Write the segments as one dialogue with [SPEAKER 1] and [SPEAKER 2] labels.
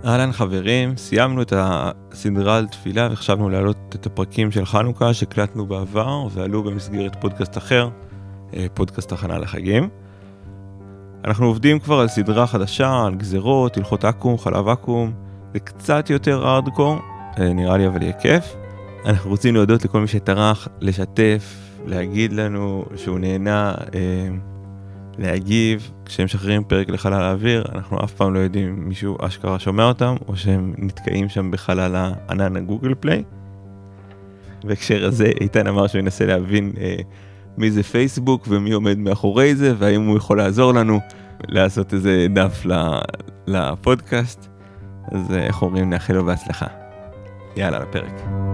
[SPEAKER 1] אהלן חברים, סיימנו את הסדרה על תפילה וחשבנו להעלות את הפרקים של חנוכה שקלטנו בעבר ועלו במסגרת פודקאסט אחר, פודקאסט הכנה לחגים. אנחנו עובדים כבר על סדרה חדשה, על גזרות, הלכות אקום, חלב אקום, זה קצת יותר ארדקור, נראה לי אבל יהיה כיף. אנחנו רוצים להודות לכל מי שטרח לשתף, להגיד לנו שהוא נהנה, להגיב. כשהם משחררים פרק לחלל האוויר, אנחנו אף פעם לא יודעים אם מישהו אשכרה שומע אותם, או שהם נתקעים שם בחלל הענן הגוגל פליי. בהקשר הזה, איתן אמר שהוא ינסה להבין מי זה פייסבוק ומי עומד מאחורי זה, והאם הוא יכול לעזור לנו לעשות איזה דף לפודקאסט. אז איך אומרים, נאחל לו בהצלחה. יאללה, לפרק.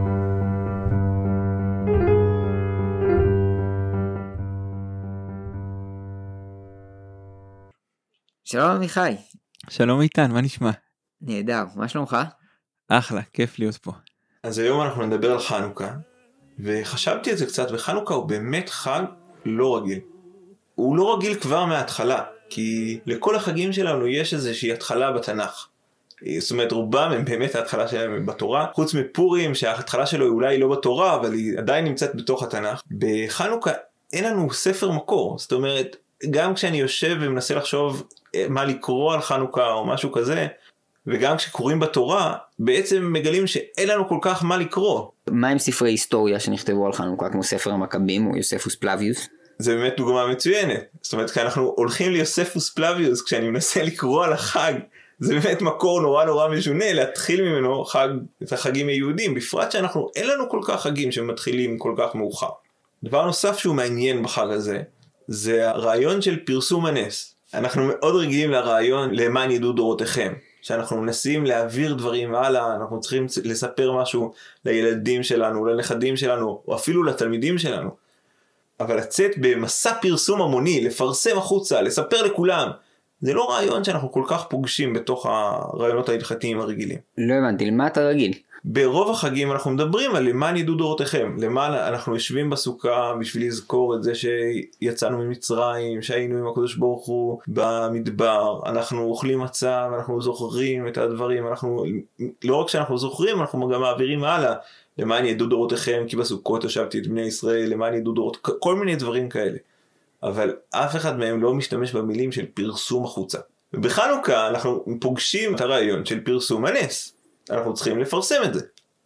[SPEAKER 2] שלום עמיחי.
[SPEAKER 1] שלום איתן, מה נשמע?
[SPEAKER 2] נהדר, מה שלומך?
[SPEAKER 1] אחלה, כיף להיות פה. אז היום אנחנו נדבר על חנוכה, וחשבתי את זה קצת, וחנוכה הוא באמת חג לא רגיל. הוא לא רגיל כבר מההתחלה, כי לכל החגים שלנו יש איזושהי התחלה בתנ"ך. זאת אומרת, רובם הם באמת ההתחלה שלהם בתורה, חוץ מפורים שההתחלה שלו היא אולי לא בתורה, אבל היא עדיין נמצאת בתוך התנ"ך. בחנוכה אין לנו ספר מקור, זאת אומרת, גם כשאני יושב ומנסה לחשוב מה לקרוא על חנוכה או משהו כזה, וגם כשקוראים בתורה, בעצם מגלים שאין לנו כל כך מה לקרוא.
[SPEAKER 2] מה עם ספרי היסטוריה שנכתבו על חנוכה, כמו ספר המכבים או יוספוס פלביוס?
[SPEAKER 1] זה באמת דוגמה מצוינת. זאת אומרת, כשאנחנו הולכים ליוספוס פלביוס, כשאני מנסה לקרוא על החג, זה באמת מקור נורא נורא משונה, להתחיל ממנו את החגים היהודים, בפרט שאנחנו, אין לנו כל כך חגים שמתחילים כל כך מאוחר. דבר נוסף שהוא מעניין בחג הזה, זה הרעיון של פרסום הנס. אנחנו מאוד רגילים לרעיון למען ידעו דורותיכם, שאנחנו מנסים להעביר דברים הלאה, אנחנו צריכים לספר משהו לילדים שלנו, לנכדים שלנו, או אפילו לתלמידים שלנו. אבל לצאת במסע פרסום המוני, לפרסם החוצה, לספר לכולם, זה לא רעיון שאנחנו כל כך פוגשים בתוך הרעיונות ההלכתיים הרגילים.
[SPEAKER 2] לא הבנתי, למה אתה רגיל?
[SPEAKER 1] ברוב החגים אנחנו מדברים על למען ידעו דורותיכם, למען אנחנו יושבים בסוכה בשביל לזכור את זה שיצאנו ממצרים, שהיינו עם הקדוש ברוך הוא במדבר, אנחנו אוכלים מצה ואנחנו זוכרים את הדברים, אנחנו לא רק שאנחנו זוכרים, אנחנו גם מעבירים הלאה, למען ידעו דורותיכם, כי בסוכות ישבתי את בני ישראל, למען ידעו דורות, כל מיני דברים כאלה. אבל אף אחד מהם לא משתמש במילים של פרסום החוצה. ובחנוכה אנחנו פוגשים את הרעיון של פרסום הנס. אנחנו צריכים לפרסם את זה.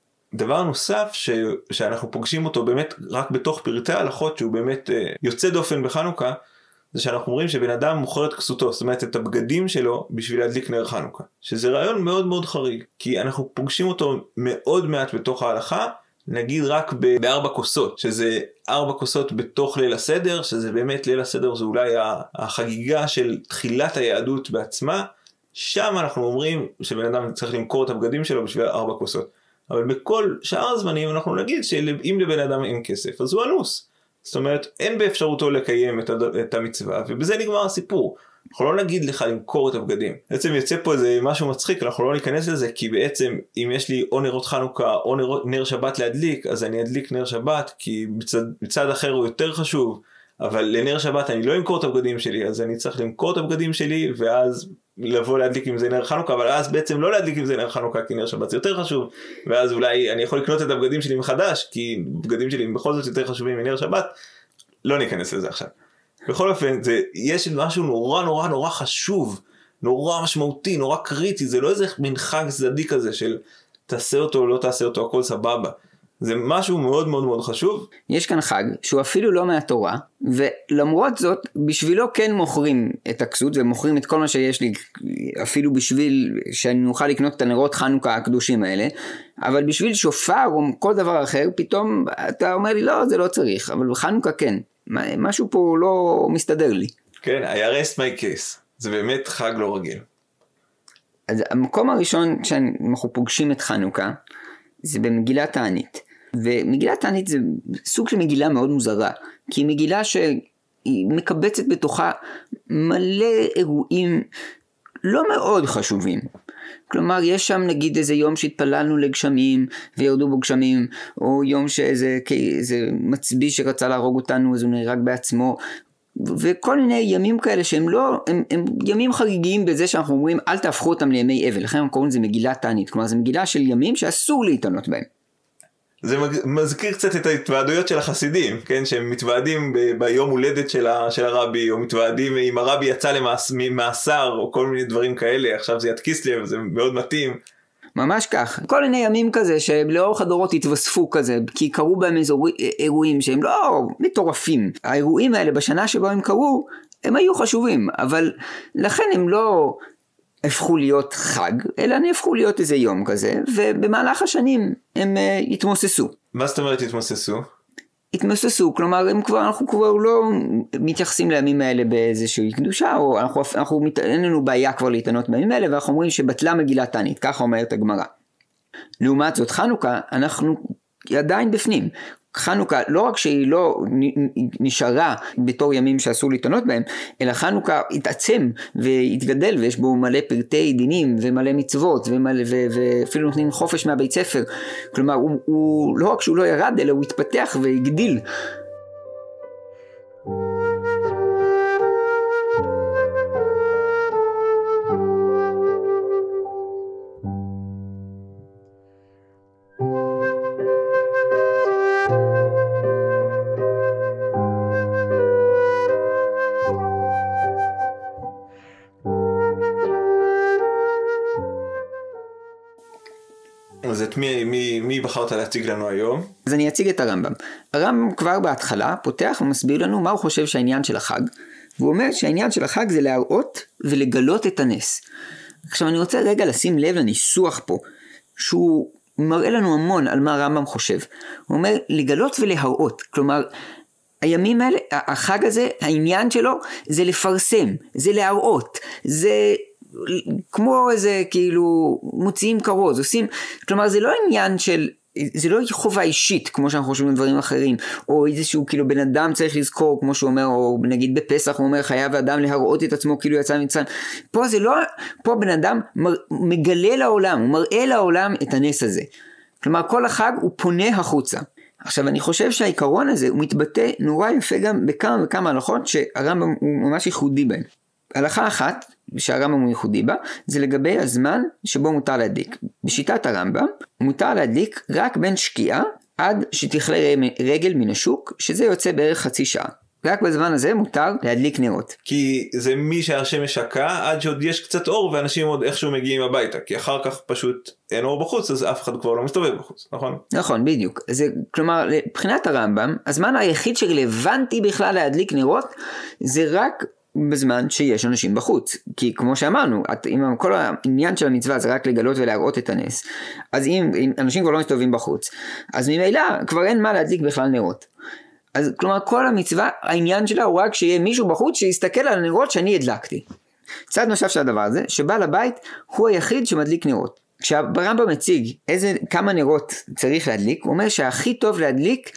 [SPEAKER 1] דבר נוסף שאנחנו פוגשים אותו באמת רק בתוך פרטי ההלכות, שהוא באמת יוצא דופן בחנוכה, זה שאנחנו אומרים שבן אדם מוכר את כסותו, זאת אומרת את הבגדים שלו בשביל להדליק נר חנוכה. שזה רעיון מאוד מאוד חריג, כי אנחנו פוגשים אותו מאוד מעט בתוך ההלכה, נגיד רק ב4 כוסות, שזה 4 כוסות בתוך ליל הסדר, שזה באמת ליל הסדר זה אולי החגיגה של תחילת היהדות בעצמה, שם אנחנו אומרים שבן אדם צריך למכור את הבגדים שלו בשביל 4 כוסות. אבל בכל שאר הזמנים אנחנו נגיד שאם לבן אדם אין כסף, אז הוא אנוס. זאת אומרת, אין באפשרותו לקיים את המצווה, ובזה נגמר הסיפור. אנחנו לא נגיד לך למכור את הבגדים. בעצם יוצא פה איזה משהו מצחיק, אנחנו לא ניכנס לזה, כי בעצם אם יש לי או נרות חנוכה או נר שבת להדליק, אז אני אדליק נר שבת, כי מצד אחר הוא יותר חשוב, אבל לנר שבת אני לא אמכור את הבגדים שלי, אז אני צריך למכור את הבגדים שלי, ואז לבוא להדליק עם זה נר חנוכה, אבל אז בעצם לא להדליק עם זה נר חנוכה, כי נר שבת זה יותר חשוב, ואז אולי אני יכול לקנות את הבגדים שלי מחדש, כי הבגדים שלי בכל זאת יותר חשובים מנר שבת, לא ניכנס לזה עכשיו. בכל אופן, יש משהו נורא נורא נורא חשוב, נורא משמעותי, נורא קריטי, זה לא איזה מין חג צדדי כזה של תעשה אותו או לא תעשה אותו, הכל סבבה. זה משהו מאוד מאוד מאוד חשוב.
[SPEAKER 2] יש כאן חג שהוא אפילו לא מהתורה, ולמרות זאת, בשבילו כן מוכרים את הכסות, ומוכרים את כל מה שיש לי, אפילו בשביל שאני נוכל לקנות את הנרות חנוכה הקדושים האלה, אבל בשביל שופר או כל דבר אחר, פתאום אתה אומר לי, לא, זה לא צריך, אבל בחנוכה כן. משהו פה לא מסתדר לי.
[SPEAKER 1] כן, I rest my case. זה באמת חג לא רגיל.
[SPEAKER 2] אז המקום הראשון שאנחנו פוגשים את חנוכה, זה במגילת תענית. ומגילת תענית זה סוג של מגילה מאוד מוזרה, כי היא מגילה שהיא מקבצת בתוכה מלא אירועים לא מאוד חשובים. כלומר, יש שם נגיד איזה יום שהתפללנו לגשמים וירדו בו גשמים, או יום שאיזה מצביא שרצה להרוג אותנו אז הוא נהרג בעצמו. וכל מיני ימים כאלה שהם לא, הם ימים חגיגיים בזה שאנחנו אומרים אל תהפכו אותם לימי אבל, לכן הם קוראים לזה מגילת תענית, כלומר זה מגילה של ימים שאסור להתענות בהם.
[SPEAKER 1] זה מזכיר קצת את ההתוועדויות של החסידים, כן? שהם מתוועדים ביום הולדת של הרבי, או מתוועדים אם הרבי יצא ממאסר, או כל מיני דברים כאלה, עכשיו זה יתקיס לי, וזה מאוד מתאים.
[SPEAKER 2] ממש כך, כל מיני ימים כזה שלאורך הדורות התווספו כזה, כי קרו בהם אירועים שהם לא מטורפים. האירועים האלה בשנה שבו הם קרו, הם היו חשובים, אבל לכן הם לא הפכו להיות חג, אלא הם הפכו להיות איזה יום כזה, ובמהלך השנים הם התמוססו.
[SPEAKER 1] מה זאת אומרת התמוססו?
[SPEAKER 2] התמוססו, כלומר אנחנו כבר לא מתייחסים לימים האלה באיזושהי קדושה, או אין לנו בעיה כבר להתענות בימים האלה, ואנחנו אומרים שבטלה מגילת תענית, ככה אומרת הגמרא. לעומת זאת חנוכה, אנחנו עדיין בפנים. חנוכה לא רק שהיא לא נשארה בתור ימים שאסור להתענות בהם, אלא חנוכה התעצם והתגדל, ויש בו מלא פרטי דינים ומלא מצוות, ואפילו נותנים חופש מהבית ספר. כלומר, הוא לא רק שהוא לא ירד, אלא הוא התפתח והגדיל.
[SPEAKER 1] אז את מי בחרת להציג לנו היום?
[SPEAKER 2] אז אני אציג את הרמב"ם. הרמב"ם כבר בהתחלה פותח ומסביר לנו מה הוא חושב שהעניין של החג. והוא אומר שהעניין של החג זה להראות ולגלות את הנס. עכשיו אני רוצה רגע לשים לב לניסוח פה, שהוא מראה לנו המון על מה הרמב"ם חושב. הוא אומר לגלות ולהראות, כלומר הימים האלה, החג הזה, העניין שלו זה לפרסם, זה להראות, זה כמו איזה כאילו מוציאים כרוז, עושים, כלומר זה לא עניין של, זה לא חובה אישית כמו שאנחנו חושבים דברים אחרים, או איזשהו כאילו בן אדם צריך לזכור כמו שהוא אומר, או נגיד בפסח הוא אומר חייב האדם להראות את עצמו כאילו יצא ממצרים. פה זה לא, פה בן אדם מגלה לעולם, הוא מראה לעולם את הנס הזה, כלומר כל החג הוא פונה החוצה. עכשיו אני חושב שהעיקרון הזה הוא מתבטא נורא יפה גם בכמה וכמה הלכות שהרמב"ם הוא ממש ייחודי בהן. הלכה אחת שהרמב"ם הוא ייחודי בה, זה לגבי הזמן שבו מותר להדליק. בשיטת הרמב"ם מותר להדליק רק בין שקיעה עד שתכלה רגל מן השוק, שזה יוצא בערך חצי שעה. רק בזמן הזה מותר להדליק נרות.
[SPEAKER 1] כי זה מי שהשמש שקעה עד שעוד יש קצת אור ואנשים עוד איכשהו מגיעים הביתה, כי אחר כך פשוט אין אור בחוץ, אז אף אחד כבר לא מסתובב בחוץ, נכון?
[SPEAKER 2] נכון, בדיוק. זה, כלומר, מבחינת הרמב"ם, הזמן היחיד שרלוונטי בכלל להדליק נרות, זה רק בזמן שיש אנשים בחוץ. כי כמו שאמרנו, אם כל העניין של המצווה זה רק לגלות ולהראות את הנס, אז אם אנשים כבר לא מסתובבים בחוץ, אז ממילא כבר אין מה להדליק בכלל נרות. אז כלומר כל המצווה, העניין שלה הוא רק שיהיה מישהו בחוץ שיסתכל על הנרות שאני הדלקתי. צד נוסף של הדבר הזה, שבעל הבית הוא היחיד שמדליק נרות. כשהרמב"ם מציג כמה נרות צריך להדליק, הוא אומר שהכי טוב להדליק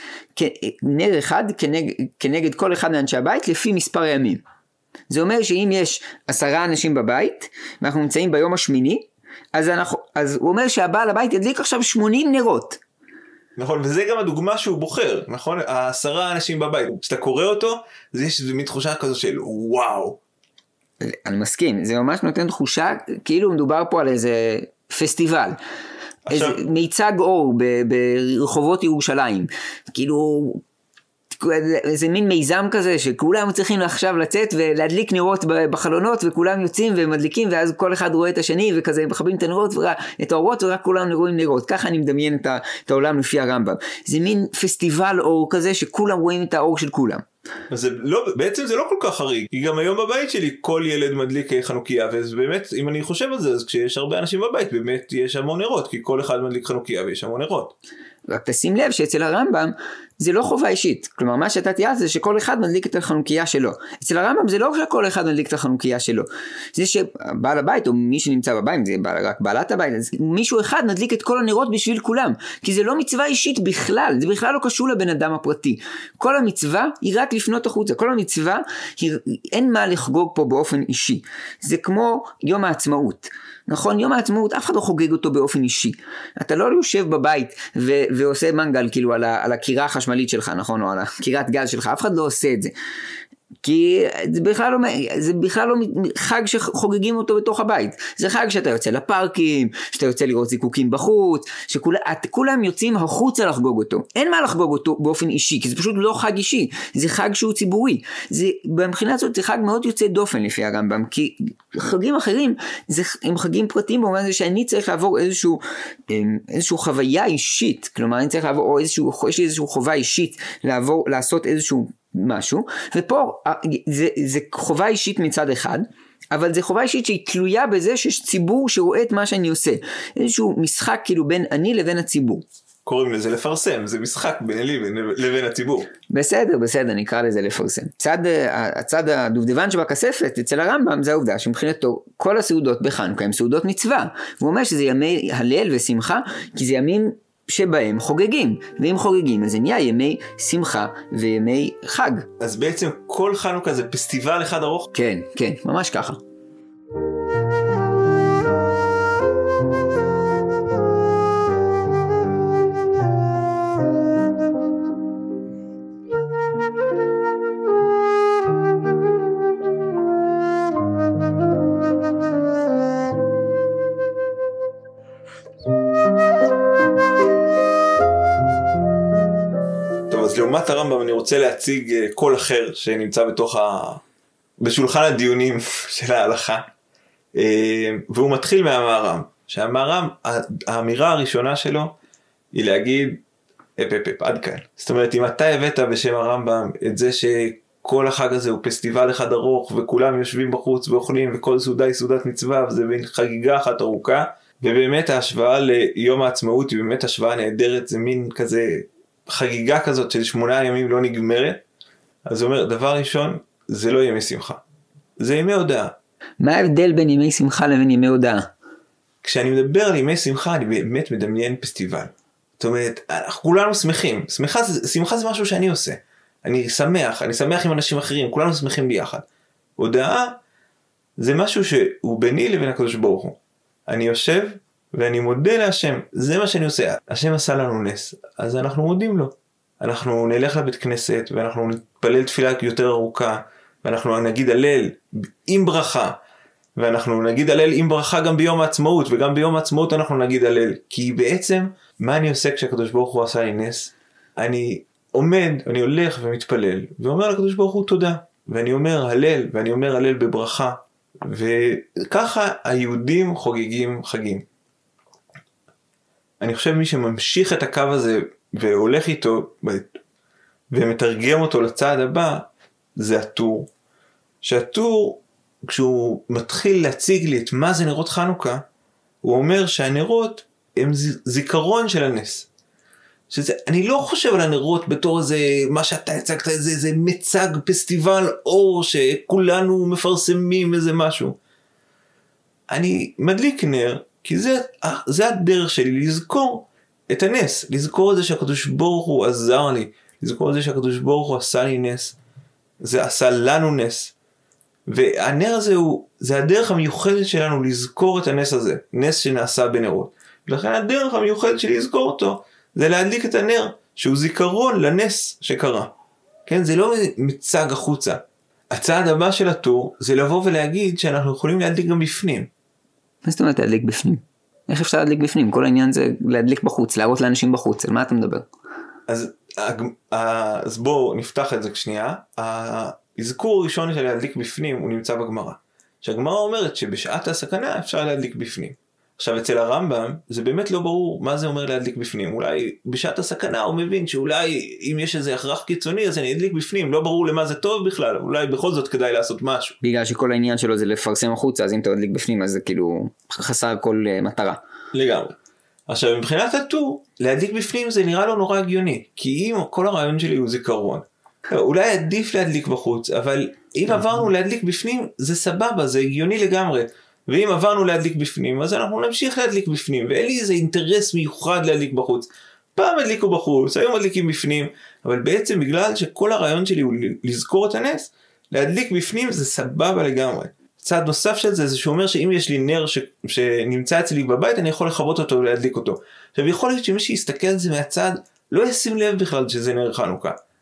[SPEAKER 2] נר אחד כנגד כל אחד מאנשי הבית לפי מספר הימים. זה אומר שאם יש 10 אנשים בבית, ואנחנו נמצאים ביום השמיני, אז הוא אומר שהבעל הבית ידליק עכשיו 80 נרות.
[SPEAKER 1] נכון, וזה גם הדוגמה שהוא בוחר, נכון? 10 אנשים בבית, כשאתה קורא אותו, זה יש מין תחושה כזו של וואו.
[SPEAKER 2] אני מסכים, זה ממש נותן תחושה, כאילו מדובר פה על איזה פסטיבל, איזה מיצג אור ברחובות ירושלים, כאילו איזה מין מיזם כזה שכולם צריכים עכשיו לצאת ולהדליק נרות בחלונות, וכולם יוצאים ומדליקים, ואז כל אחד רואה את השני וכזה מחברים את הנרות את האורות, ורק כולם רואים נרות. ככה אני מדמיין את העולם לפי הרמב"ם. זה מין פסטיבל אור כזה שכולם רואים את האור של כולם.
[SPEAKER 1] אז בעצם זה לא כל כך חריג, כי גם היום בבית שלי כל ילד מדליק חנוכיה, וזה באמת, אם אני חושב על זה, אז כשיש הרבה אנשים בבית באמת יש המון נרות, כי כל אחד מדליק חנוכיה ויש המון נרות.
[SPEAKER 2] רק תשים לב שאצל הרמב"ם זה לא חובה אישית, כלומר מה שאתה תיארת זה שכל אחד מדליק את החנוכיה שלו. אצל הרמב"ם זה לא שכל אחד מדליק את החנוכיה שלו, זה שבעל הבית או מי שנמצא בבית, זה רק בעלת הבית, אז מישהו אחד מדליק את כל הנרות בשביל כולם, כי זה לא מצווה אישית בכלל, זה בכלל לא קשור לבן אדם הפרטי. כל המצווה היא רק לפנות החוצה, כל המצווה אין מה לחגוג פה באופן אישי. זה כמו יום העצמאות. נכון, יום העצמאות אף אחד לא חוגג אותו באופן אישי. אתה לא יושב בבית ועושה מנגל כאילו על הקירה החשמלית שלך, נכון, או על הקירת גז שלך, אף אחד לא עושה את זה. כי זה בכלל לא חג שחוגגים אותו בתוך הבית. זה חג שאתה יוצא לפארקים, שאתה יוצא לראות זיקוקים בחוץ, שכולם יוצאים החוצה לחגוג אותו. אין מה לחגוג אותו באופן אישי, כי זה פשוט לא חג אישי, זה חג שהוא ציבורי. מבחינה הזאת זה חג מאוד יוצא דופן לפי הרמב"ם, כי חגים אחרים הם חגים פרטיים, במובן זה שאני צריך לעבור איזשהו חוויה אישית, כלומר אני צריך לעבור, או יש לי איזשהו חובה אישית לעשות איזשהו משהו, ופה זה חובה אישית מצד אחד, אבל זה חובה אישית שהיא תלויה בזה שיש ציבור שרואה את מה שאני עושה, איזשהו משחק כאילו בין אני לבין הציבור.
[SPEAKER 1] קוראים לזה לפרסם, זה משחק ביני לבין הציבור.
[SPEAKER 2] בסדר, נקרא לזה לפרסם. הצד הדובדבן שבכספת אצל הרמב"ם זה העובדה שמבחינתו כל הסעודות בחנוכה הם סעודות מצווה, והוא אומר שזה ימי הלל ושמחה, כי זה ימים שבהם חוגגים, ואם חוגגים אז זה נהיה ימי שמחה וימי חג.
[SPEAKER 1] אז בעצם כל חנוכה זה פסטיבל אחד ארוך?
[SPEAKER 2] כן, ממש ככה.
[SPEAKER 1] אז לעומת הרמב"ם אני רוצה להציג קול אחר שנמצא בשולחן הדיונים של ההלכה, והוא מתחיל מהמהר"ם, שהמהר"ם, האמירה הראשונה שלו היא להגיד עד כאן. זאת אומרת, אם אתה הבאת בשם הרמב"ם את זה שכל החג הזה הוא פסטיבל אחד ארוך וכולם יושבים בחוץ ואוכלים וכל סעודה היא סעודת מצווה וזה בין חגיגה אחת ארוכה, ובאמת ההשוואה ליום העצמאות היא באמת השוואה נהדרת, זה מין כזה חגיגה כזאת של 8 ימים לא נגמרת. אז הוא אומר, דבר ראשון, זה לא ימי שמחה, זה ימי הודעה.
[SPEAKER 2] מה ההבדל בין ימי שמחה לבין ימי הודעה?
[SPEAKER 1] כשאני מדבר על ימי שמחה, אני באמת מדמיין פסטיבל. זאת אומרת, אנחנו כולנו שמחים. שמחה זה משהו שאני עושה. אני שמח עם אנשים אחרים, כולנו שמחים ביחד. הודעה זה משהו שהוא ביני לבין הקדוש ברוך הוא. אני יושב ואני מודה להשם, זה מה שאני עושה. השם עשה לנו נס, אז אנחנו מודים לו. אנחנו נלך לבית כנסת ואנחנו נתפלל תפילה יותר ארוכה, ואנחנו נגיד הלל עם ברכה, ואנחנו נגיד הלל עם ברכה גם ביום העצמאות, וגם ביום העצמאות אנחנו נגיד הלל. כי בעצם, מה אני עושה כשהקדוש ברוך הוא עשה לי נס? אני עומד, אני הולך ומתפלל, ואומר לקדוש ברוך הוא תודה. ואני אומר הלל, ואני אומר הלל בברכה, וככה היהודים חוגגים חגים. אני חושב מי שממשיך את הקו הזה, והולך איתו, ומתרגם אותו לצעד הבא, זה הטור. שהטור, כשהוא מתחיל להציג לי את מה זה נרות חנוכה, הוא אומר שהנרות הם זיכרון של הנס. אני לא חושב על הנרות בתור איזה, מה שאתה הצגת, איזה מצג פסטיבל אור שכולנו מפרסמים איזה משהו. אני מדליק נר, כי זה הדרך שלי לזכור את הנס, לזכור את זה שהקדוש ברוך הוא עזר לי, לזכור את זה שהקדוש ברוך הוא עשה לי נס, זה עשה לנו נס. והנר הזה זה הדרך המיוחדת שלנו לזכור את הנס הזה, נס שנעשה בנרות. ולכן הדרך המיוחדת שלי לזכור אותו, זה להדליק את הנר, שהוא זיכרון לנס שקרה. כן, זה לא מצג החוצה. הצעד הבא של הטור, זה לבוא ולהגיד שאנחנו יכולים להדליק גם בפנים.
[SPEAKER 2] מה זאת אומרת להדליק בפנים? איך אפשר להדליק בפנים? כל העניין זה להדליק בחוץ, להראות לאנשים בחוץ, על מה אתה מדבר?
[SPEAKER 1] אז בואו נפתח את זה שנייה. האזכור הראשון של להדליק בפנים הוא נמצא בגמרא. שהגמרא אומרת שבשעת הסכנה אפשר להדליק בפנים. עכשיו אצל הרמב"ם זה באמת לא ברור מה זה אומר להדליק בפנים. אולי בשעת הסכנה הוא מבין שאולי אם יש איזה הכרח קיצוני אז אני אדליק בפנים. לא ברור למה זה טוב בכלל, אולי בכל זאת כדאי לעשות משהו.
[SPEAKER 2] בגלל שכל העניין שלו זה לפרסם החוצה, אז אם אתה תדליק בפנים אז זה כאילו חסר כל מטרה.
[SPEAKER 1] לגמרי. עכשיו מבחינת הטור, להדליק בפנים זה נראה לו נורא הגיוני. כי אם כל הרעיון שלי הוא זיכרון, אולי עדיף להדליק בחוץ, אבל אם עברנו להדליק בפנים זה סבבה, זה הגיוני לגמרי. ואם עברנו להדליק בפנים, אז אנחנו נמשיך להדליק בפנים, ואין לי איזה אינטרס מיוחד להדליק בחוץ. פעם הדליקו בחוץ, היום מדליקים בפנים, אבל בעצם בגלל שכל הרעיון שלי הוא לזכור את הנס, להדליק בפנים זה סבבה לגמרי. צעד נוסף של זה, זה שאומר שאם יש לי נר שנמצא אצלי בבית, אני יכול לחבות אותו ולהדליק אותו. עכשיו יכול להיות שמי שיסתכל על זה מהצד, לא ישים לב בכלל שזה נר חנוכה.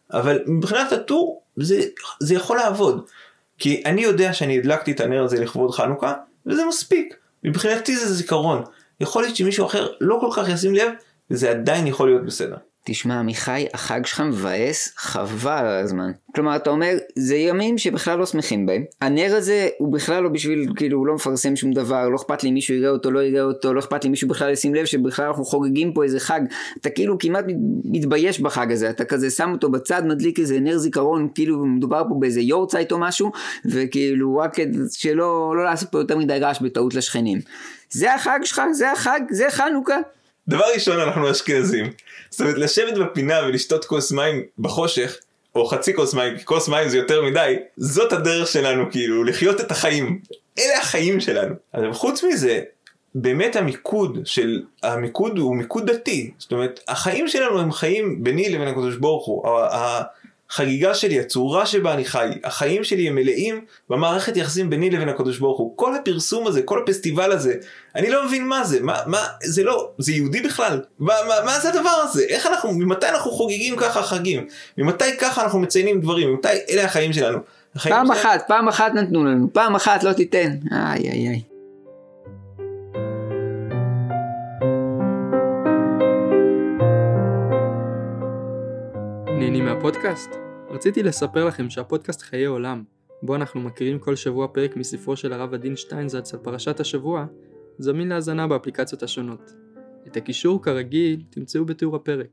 [SPEAKER 1] אבל מבחינת הטור זה יכול לעבוד, כי אני יודע שאני הדלקתי את הנר הזה לכבוד חנוכה, וזה מספיק, מבחינתי זה זיכרון, יכול להיות שמישהו אחר לא כל כך ישים לב, וזה עדיין יכול להיות בסדר.
[SPEAKER 2] תשמע עמיחי, החג שלך מבאס חבל על הזמן. כלומר, אתה אומר, זה ימים שבכלל לא שמחים בהם. הנר הזה הוא בכלל לא בשביל, כאילו, הוא לא מפרסם שום דבר, לא אכפת לי מישהו יראה אותו, לא יראה אותו, לא אכפת לי מישהו בכלל לשים לב שבכלל אנחנו חוגגים פה איזה חג. אתה כאילו כמעט מתבייש בחג הזה, אתה כזה שם אותו בצד, מדליק איזה נר זיכרון, כאילו מדובר פה באיזה יורצייט או משהו, וכאילו רק שלא לעשות פה יותר מדי רעש בטעות לשכנים. זה החג שלך, זה החג, זה חנוכה.
[SPEAKER 1] דבר ראשון, אנחנו אשכנזים. זאת אומרת, לשבת בפינה ולשתות כוס מים בחושך, או חצי כוס מים, כי כוס מים זה יותר מדי, זאת הדרך שלנו, כאילו, לחיות את החיים. אלה החיים שלנו. אז חוץ מזה, באמת המיקוד הוא מיקוד דתי. זאת אומרת, החיים שלנו הם חיים ביני לבין הקדוש ברוך הוא. החגיגה שלי, הצורה שבה אני חי, החיים שלי הם מלאים במערכת יחסים ביני לבין הקדוש ברוך הוא. כל הפרסום הזה, כל הפסטיבל הזה, אני לא מבין מה זה, זה לא, זה יהודי בכלל? מה זה הדבר הזה? ממתי אנחנו חוגגים ככה חגים? ממתי ככה אנחנו מציינים דברים? ממתי אלה החיים שלנו?
[SPEAKER 2] פעם אחת נתנו לנו, פעם אחת לא תיתן. איי.
[SPEAKER 3] נהנים מהפודקאסט? רציתי לספר לכם שהפודקאסט חיי עולם, בו אנחנו מכירים כל שבוע פרק מספרו של הרב עדין שטיינזלץ על פרשת השבוע, זמין להזנה באפליקציות השונות. את הקישור כרגיל תמצאו בתיאור הפרק.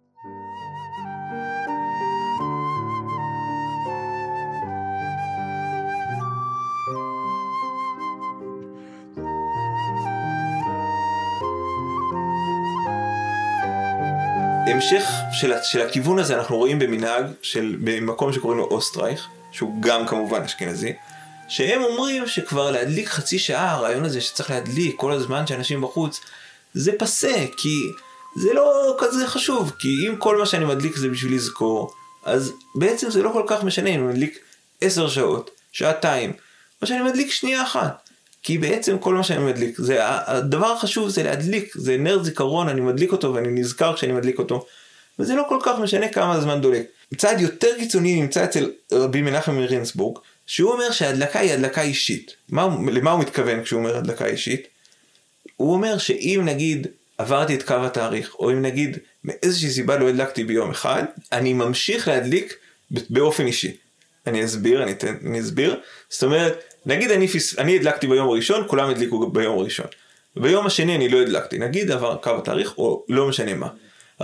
[SPEAKER 1] המשך של הכיוון הזה אנחנו רואים במנהג במקום שקוראים לו אוסטרייך, שהוא גם כמובן אשכנזי, שהם אומרים שכבר להדליק חצי שעה, הרעיון הזה שצריך להדליק כל הזמן שאנשים בחוץ, זה פסה, כי זה לא כזה חשוב, כי אם כל מה שאני מדליק זה בשביל לזכור, אז בעצם זה לא כל כך משנה אם אני מדליק 10 שעות, שעתיים, או שאני מדליק שנייה אחת. כי בעצם כל מה שאני מדליק, הדבר החשוב זה להדליק, זה נר זיכרון, אני מדליק אותו ואני נזכר כשאני מדליק אותו, וזה לא כל כך משנה כמה זמן דולק. צעד יותר קיצוני נמצא אצל רבי מנחם מרינסבורג, שהוא אומר שההדלקה היא הדלקה אישית. למה הוא מתכוון כשהוא אומר הדלקה אישית? הוא אומר שאם נגיד עברתי את קו התאריך, או אם נגיד מאיזושהי סיבה לא הדלקתי ביום אחד, אני ממשיך להדליק באופן אישי. אני אסביר. זאת אומרת, נגיד אני הדלקתי ביום הראשון, כולם הדליקו ביום הראשון. ביום השני אני לא הדלקתי, נגיד עבר קו התאריך או לא משנה מה.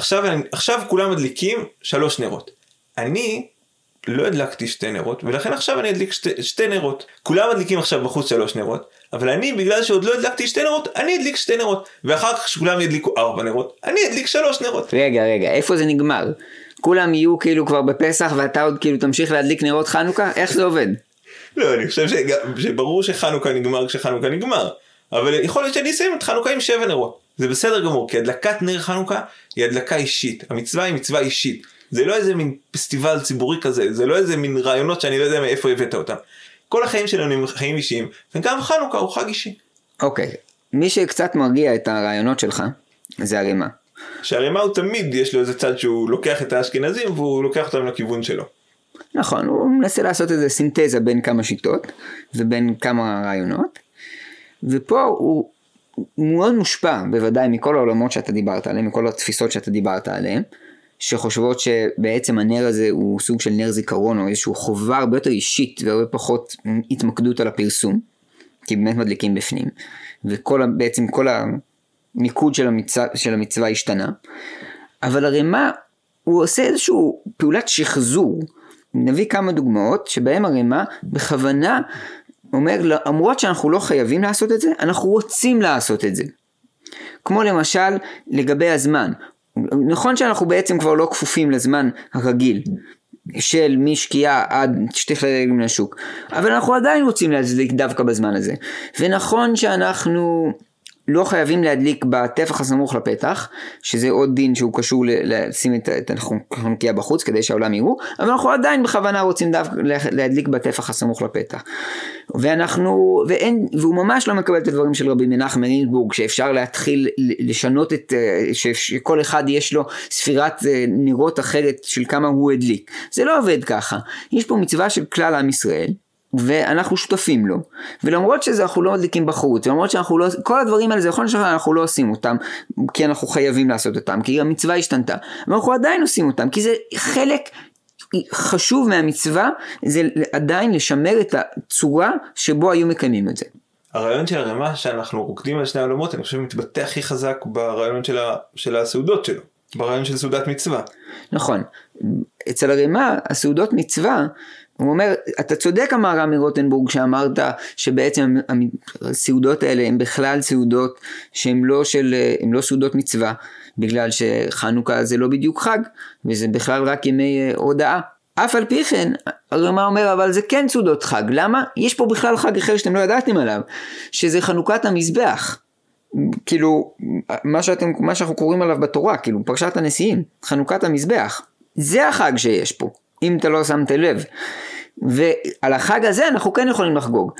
[SPEAKER 1] עכשיו כולם מדליקים 3 נרות. אני לא הדלקתי 2 נרות, ולכן עכשיו אני אדליק 2 נרות. כולם מדליקים עכשיו בחוץ 3 נרות, אבל אני בגלל שעוד לא הדלקתי 2 נרות, אני אדליק 2 נרות. ואחר כך שכולם ידליקו 4 נרות, אני אדליק 3 נרות.
[SPEAKER 2] רגע, איפה זה נגמר? כולם יהיו כאילו כבר בפסח ואתה עוד כאילו תמשיך להדליק נרות חנוכה? איך זה עובד?
[SPEAKER 1] לא, אני חושב שברור שחנוכה נגמר כשחנוכה נגמר, אבל יכול להיות שאני אסיים את חנוכה עם 7 נרות. זה בסדר גמור, כי הדלקת נר חנוכה היא הדלקה אישית. המצווה היא מצווה אישית. זה לא איזה מין פסטיבל ציבורי כזה, זה לא איזה מין רעיונות שאני לא יודע מאיפה הבאת אותם. כל החיים שלנו הם חיים אישיים, וגם חנוכה הוא חג אישי.
[SPEAKER 2] אוקיי, מי שקצת מרגיע את הרעיונות שלך, זה הרימה.
[SPEAKER 1] שהרימה הוא תמיד, יש לו איזה צד שהוא לוקח את האשכנזים, והוא לוקח אותם לכיוון שלו.
[SPEAKER 2] נכון, הוא מנסה לעשות איזה סינתזה בין כמה שיטות, ובין כמה רעיונות, ופה הוא מאוד מושפע, בוודאי מכל העולמות שאתה דיברת עליהם, מכל התפיסות שאתה דיברת עליהם, שחושבות שבעצם הנר הזה הוא סוג של נר זיכרון, או איזשהו חובה הרבה יותר אישית, והרבה פחות התמקדות על הפרסום, כי באמת מדליקים בפנים, ובעצם כל המיקוד של המצווה השתנה, אבל הרמה, הוא עושה איזשהו פעולת שחזור, נביא כמה דוגמאות, שבהם הרמה בכוונה אומר, למרות שאנחנו לא חייבים לעשות את זה, אנחנו רוצים לעשות את זה. כמו למשל, לגבי הזמן. נכון שאנחנו בעצם כבר לא כפופים לזמן הרגיל, של משקיעה עד שתכף לרגעים לשוק, אבל אנחנו עדיין רוצים להצדיק דווקא בזמן הזה. ונכון שאנחנו לא חייבים להדליק בטפח הסמוך לפתח, שזה עוד דין שהוא קשור לשים את החנוכיה בחוץ כדי שהעולם יראו, אבל אנחנו עדיין בכוונה רוצים להדליק בטפח הסמוך לפתח. והוא ממש לא מקבל את הדברים של רבי מנחם מרינסבורג, שאפשר להתחיל לשנות שכל אחד יש לו ספירת נרות אחרת של כמה הוא הדליק. זה לא עובד ככה. יש פה מצווה של כלל עם ישראל, ואנחנו שותפים לו, ולמרות שזה אנחנו לא מדליקים בחוץ, ולמרות שאנחנו לא, כל הדברים האלה זה יכול להיות שאנחנו לא עושים אותם, כי אנחנו חייבים לעשות אותם, כי המצווה השתנתה, אבל אנחנו עדיין עושים אותם, כי זה חלק חשוב מהמצווה, זה עדיין לשמר את הצורה שבו היו מקיימים את זה.
[SPEAKER 1] הרעיון של הרמ"א שאנחנו רוקדים על שני העולמות, אני חושב מתבטא הכי חזק ברעיון של הסעודות שלו, ברעיון של סעודת מצווה.
[SPEAKER 2] נכון, אצל הרמ"א הסעודות מצווה, הוא אומר, אתה צודק אמר רמי רוטנבורג שאמרת שבעצם הסעודות האלה הן בכלל סעודות שהן לא סעודות מצווה, בגלל שחנוכה זה לא בדיוק חג, וזה בכלל רק ימי הודעה. אף על פי כן, הרמ"א אומר, אבל זה כן סעודות חג. למה? יש פה בכלל חג אחר שאתם לא ידעתם עליו, שזה חנוכת המזבח. כאילו, מה שאנחנו קוראים עליו בתורה, כאילו, פרשת הנשיאים, חנוכת המזבח. זה החג שיש פה, אם אתה לא שמת לב. ועל החג הזה אנחנו כן יכולים לחגוג.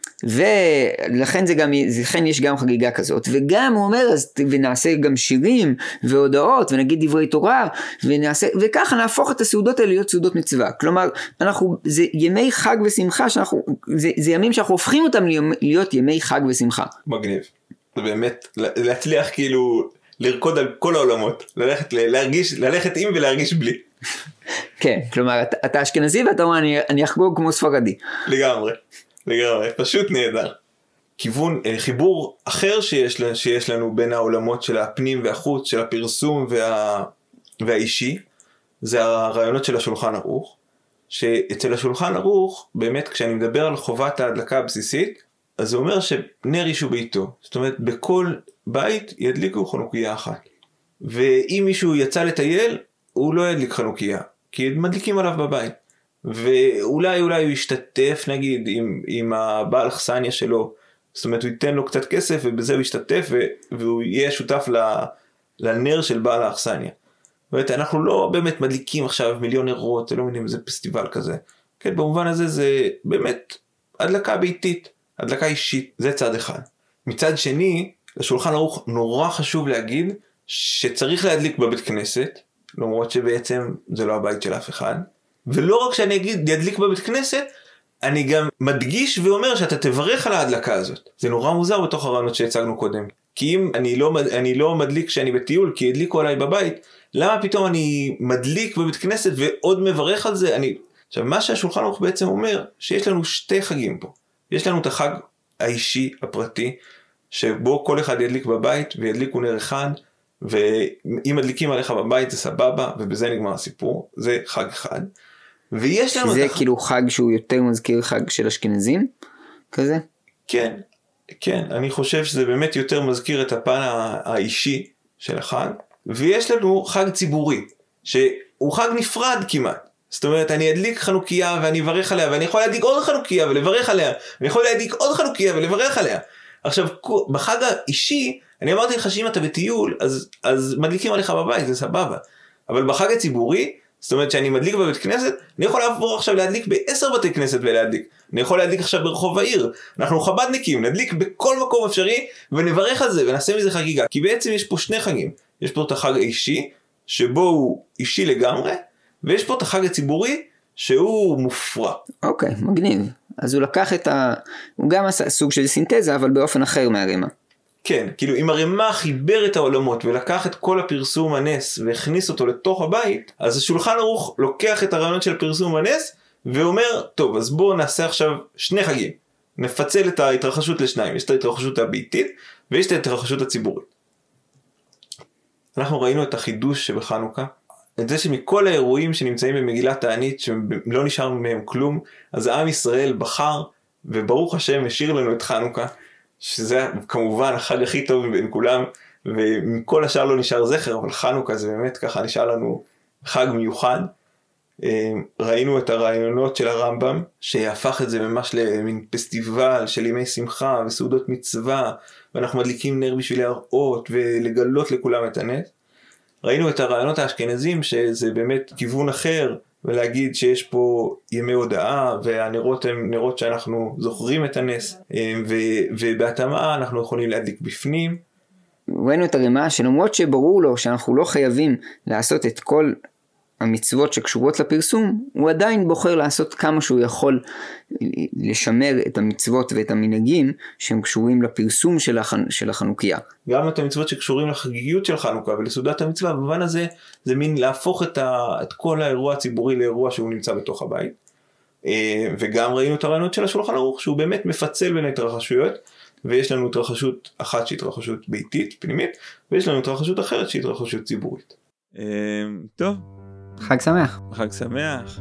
[SPEAKER 2] ולכן לכן יש גם חגיגה כזאת, וגם הוא אומר, ונעשה גם שירים והודעות, ונגיד דברי תורה, וככה נהפוך את הסעודות האלה להיות סעודות מצווה. כלומר, זה ימי חג ושמחה, זה ימים שאנחנו הופכים אותם להיות ימי חג ושמחה.
[SPEAKER 1] מגניב. זה באמת, להצליח כאילו לרקוד על כל העולמות, ללכת עם ולהרגיש בלי.
[SPEAKER 2] כן, כלומר, אתה אשכנזי ואתה אומר, אני אחגוג כמו ספרדי.
[SPEAKER 1] לגמרי, פשוט נהדר. חיבור אחר שיש לנו בין העולמות של הפנים והחוץ, של הפרסום והאישי, זה הרעיונות של השולחן ערוך, שאצל השולחן ערוך, באמת כשאני מדבר על חובת ההדלקה הבסיסית, אז זה אומר שנר איש וביתו, זאת אומרת בכל בית ידליקו חנוכיה אחת. ואם מישהו יצא לטייל, הוא לא ידליק חנוכיה, כי מדליקים עליו בבית. ואולי הוא ישתתף נגיד עם הבעל אכסניה שלו, זאת אומרת הוא ייתן לו קצת כסף ובזה הוא ישתתף והוא יהיה שותף לנר של בעל האכסניה. זאת אומרת אנחנו לא באמת מדליקים עכשיו מיליון נרות, זה לא מבינים איזה פסטיבל כזה. כן, במובן הזה זה באמת הדלקה ביתית, הדלקה אישית, זה צד אחד. מצד שני, לשולחן ערוך נורא חשוב להגיד שצריך להדליק בבית כנסת, למרות שבעצם זה לא הבית של אף אחד. ולא רק שאני אדליק בבית כנסת, אני גם מדגיש ואומר שאתה תברך על ההדלקה הזאת. זה נורא מוזר בתוך הרעיונות שהצגנו קודם. כי אם אני לא מדליק כשאני בטיול, כי הדליקו עליי בבית, למה פתאום אני מדליק בבית כנסת ועוד מברך על זה? עכשיו, מה שהשולחן ערוך בעצם אומר, שיש לנו שתי חגים פה. יש לנו את החג האישי, הפרטי, שבו כל אחד ידליק בבית וידליקו נר אחד, ואם מדליקים עליך בבית זה סבבה, ובזה נגמר הסיפור. זה חג אחד. ויש לנו
[SPEAKER 2] שזה כאילו חג שהוא יותר מזכיר חג של אשכנזים כזה?
[SPEAKER 1] כן, אני חושב שזה באמת יותר מזכיר את הפן האישי של החג. ויש לנו חג ציבורי, שהוא חג נפרד כמעט. זאת אומרת, אני אדליק חנוכיה ואני אברך עליה, ואני יכול להדליק עוד חנוכיה ולברך עליה, ואני יכול להדליק עוד חנוכיה ולברך עליה. עכשיו, בחג האישי, אני אמרתי לך שאם אתה בטיול, אז מדליקים עליך בבית, זה סבבה. אבל בחג הציבורי, זאת אומרת שאני מדליק בבית כנסת, אני יכול לעבור עכשיו להדליק ב10 בתי כנסת ולהדליק. אני יכול להדליק עכשיו ברחוב העיר. אנחנו חבדניקים, נדליק בכל מקום אפשרי, ונברך על זה, ונעשה מזה חגיגה. כי בעצם יש פה שני חגים. יש פה את החג האישי, שבו הוא אישי לגמרי, ויש פה את החג הציבורי, שהוא מופרע.
[SPEAKER 2] אוקיי, מגניב. אז הוא לקח הוא גם עשה סוג של סינתזה, אבל באופן אחר מהרמ"א.
[SPEAKER 1] כן, כאילו אם הרמ"א חיבר את העולמות ולקח את כל הפרסום הנס והכניס אותו לתוך הבית, אז השולחן ערוך לוקח את הרעיונות של פרסום הנס ואומר, טוב, אז בואו נעשה עכשיו שני חגים. נפצל את ההתרחשות לשניים, יש את ההתרחשות הביתית ויש את ההתרחשות הציבורית. אנחנו ראינו את החידוש שבחנוכה, את זה שמכל האירועים שנמצאים במגילת תענית שלא נשאר מהם כלום, אז עם ישראל בחר וברוך השם השאיר לנו את חנוכה, שזה כמובן החג הכי טוב בין כולם, ומכל השאר לא נשאר זכר, אבל חנוכה זה באמת ככה נשאר לנו חג מיוחד, ראינו את הרעיונות של הרמב"ם, שהפך את זה ממש למין פסטיבל של ימי שמחה וסעודות מצווה, ואנחנו מדליקים נר בשביל להראות ולגלות לכולם את הנס. ראינו את הרעיונות האשכנזים, שזה באמת כיוון אחר, ולהגיד שיש פה ימי הודעה, והנרות הם נרות שאנחנו זוכרים את הנס, ובהתאמה אנחנו יכולים להדליק בפנים.
[SPEAKER 2] ראינו את הרמ"א שלמרות שברור לו שאנחנו לא חייבים לעשות את כל המצוות שקשורות לפרסום, הוא עדיין בוחר לעשות כמה שהוא יכול לשמר את המצוות ואת המנהגים שהם קשורים לפרסום של החנוכיה.
[SPEAKER 1] גם את המצוות שקשורים לחגיגיות של חנוכה ולסעודת המצווה, במובן הזה זה מין להפוך את כל האירוע הציבורי לאירוע שהוא נמצא בתוך הבית. וגם ראינו את הרעיונות של השולחן ערוך, שהוא באמת מפצל בין התרחשויות, ויש לנו התרחשות אחת שהיא התרחשות ביתית, פנימית, ויש לנו התרחשות אחרת שהיא התרחשות ציבורית.
[SPEAKER 4] טוב.
[SPEAKER 2] חג שמח.
[SPEAKER 4] חג שמח.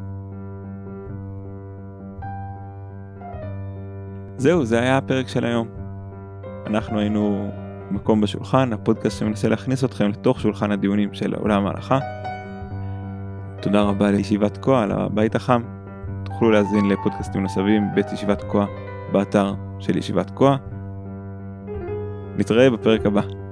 [SPEAKER 4] זהו, זה היה הפרק של היום. אנחנו היינו מקום בשולחן, הפודקאסט שמנסה להכניס אתכם לתוך שולחן הדיונים של עולם ההלכה. תודה רבה לישיבת כה על הבית החם. תוכלו להזין לפודקאסטים נוספים בית ישיבת כה באתר של ישיבת כה. נתראה בפרק הבא.